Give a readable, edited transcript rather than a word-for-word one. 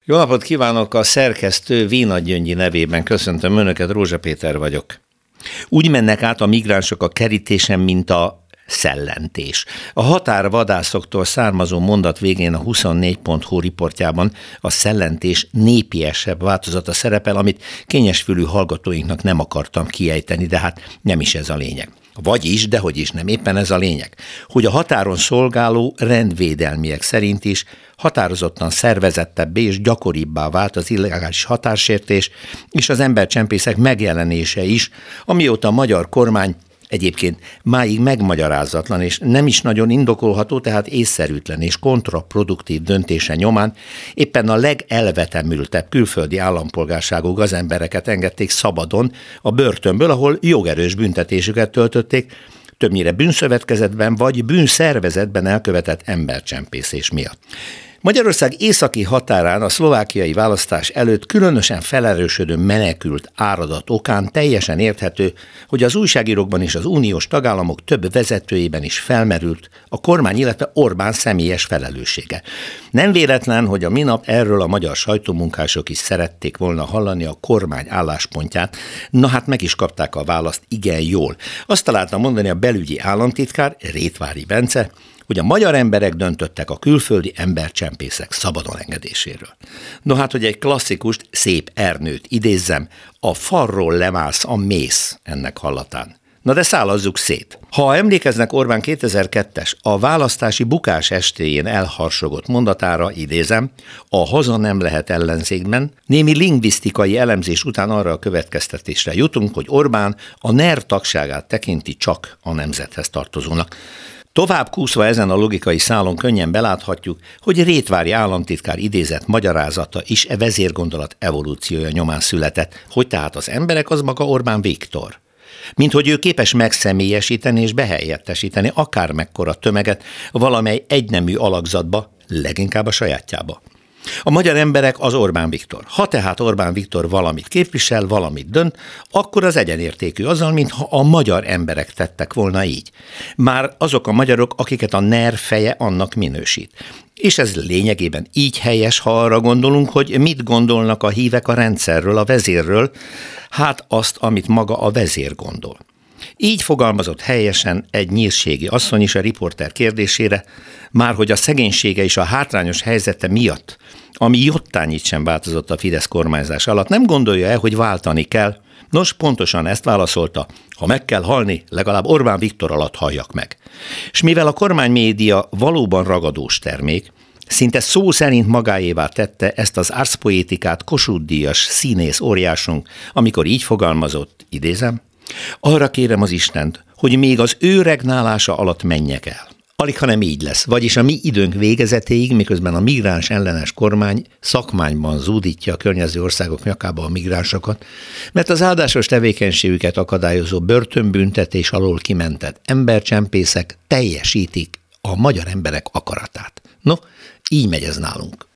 Jó napot kívánok, a szerkesztő Vénagy Gyöngyi nevében köszöntöm Önöket, Rózsa Péter vagyok. Úgy mennek át a migránsok a kerítésen, mint a szellentés. A határvadászoktól származó mondat végén a 24.hu riportjában a szellentés népiesebb változata szerepel, amit kényesfülű hallgatóinknak nem akartam kiejteni, de hát nem is ez a lényeg. Vagyis, dehogy is nem, éppen ez a lényeg, hogy a határon szolgáló rendvédelmiek szerint is határozottan szervezettebbé és gyakoribbá vált az illegális határsértés és az embercsempészek megjelenése is, amióta a magyar kormány egyébként máig megmagyarázatlan és nem is nagyon indokolható, tehát észszerűtlen és kontraproduktív döntése nyomán éppen a legelvetemültebb külföldi állampolgárságú gazembereket engedték szabadon a börtönből, ahol jogerős büntetésüket töltötték, többnyire bűnszövetkezetben vagy bűnszervezetben elkövetett embercsempészés miatt. Magyarország északi határán a szlovákiai választás előtt különösen felerősödő menekült áradat okán teljesen érthető, hogy az újságírókban és az uniós tagállamok több vezetőjében is felmerült a kormány, illetve Orbán személyes felelőssége. Nem véletlen, hogy a minap erről a magyar sajtómunkások is szerették volna hallani a kormány álláspontját, na hát meg is kapták a választ igen jól. Azt találta mondani a belügyi államtitkár, Rétvári Bence, hogy a magyar emberek döntöttek a külföldi embercsempészek szabadon engedéséről. No hát, hogy egy klasszikust, Szép Ernőt idézzem, a falról lemász, a mész ennek hallatán. Na de szállazzuk szét. Ha emlékeznek Orbán 2002-es, a választási bukás estéjén elharsogott mondatára, idézem, a haza nem lehet ellenzékben, némi lingvisztikai elemzés után arra a következtetésre jutunk, hogy Orbán a NER tagságát tekinti csak a nemzethez tartozónak. Tovább kúszva ezen a logikai szálon könnyen beláthatjuk, hogy Rétvári államtitkár idézett magyarázata is e vezérgondolat evolúciója nyomán született, hogy tehát az emberek az maga Orbán Viktor. Mint hogy ő képes megszemélyesíteni és behelyettesíteni akármekkora tömeget valamely egynemű alakzatba, leginkább a sajátjába. A magyar emberek az Orbán Viktor. Ha tehát Orbán Viktor valamit képvisel, valamit dönt, akkor az egyenértékű azzal, mintha a magyar emberek tettek volna így. Már azok a magyarok, akiket a NER feje annak minősít. És ez lényegében így helyes, ha arra gondolunk, hogy mit gondolnak a hívek a rendszerről, a vezérről, hát azt, amit maga a vezér gondol. Így fogalmazott helyesen egy nyírségi asszony is a riporter kérdésére, már hogy a szegénysége és a hátrányos helyzete miatt, ami jottányit sem változott a Fidesz kormányzás alatt, nem gondolja-e, hogy váltani kell? Nos, pontosan ezt válaszolta, ha meg kell halni, legalább Orbán Viktor alatt halljak meg. És mivel a kormánymédia valóban ragadós termék, szinte szó szerint magáévá tette ezt az arszpoétikát Kossuth-díjas színész óriásunk, amikor így fogalmazott, idézem, arra kérem az Istent, hogy még az ő regnálása alatt menjek el. Alig, ha nem így lesz, vagyis a mi időnk végezetéig, miközben a migráns ellenes kormány szakmányban zúdítja a környező országok nyakába a migránsokat, mert az áldásos tevékenységüket akadályozó börtönbüntetés alól kimentett embercsempészek teljesítik a magyar emberek akaratát. No, így megy ez nálunk.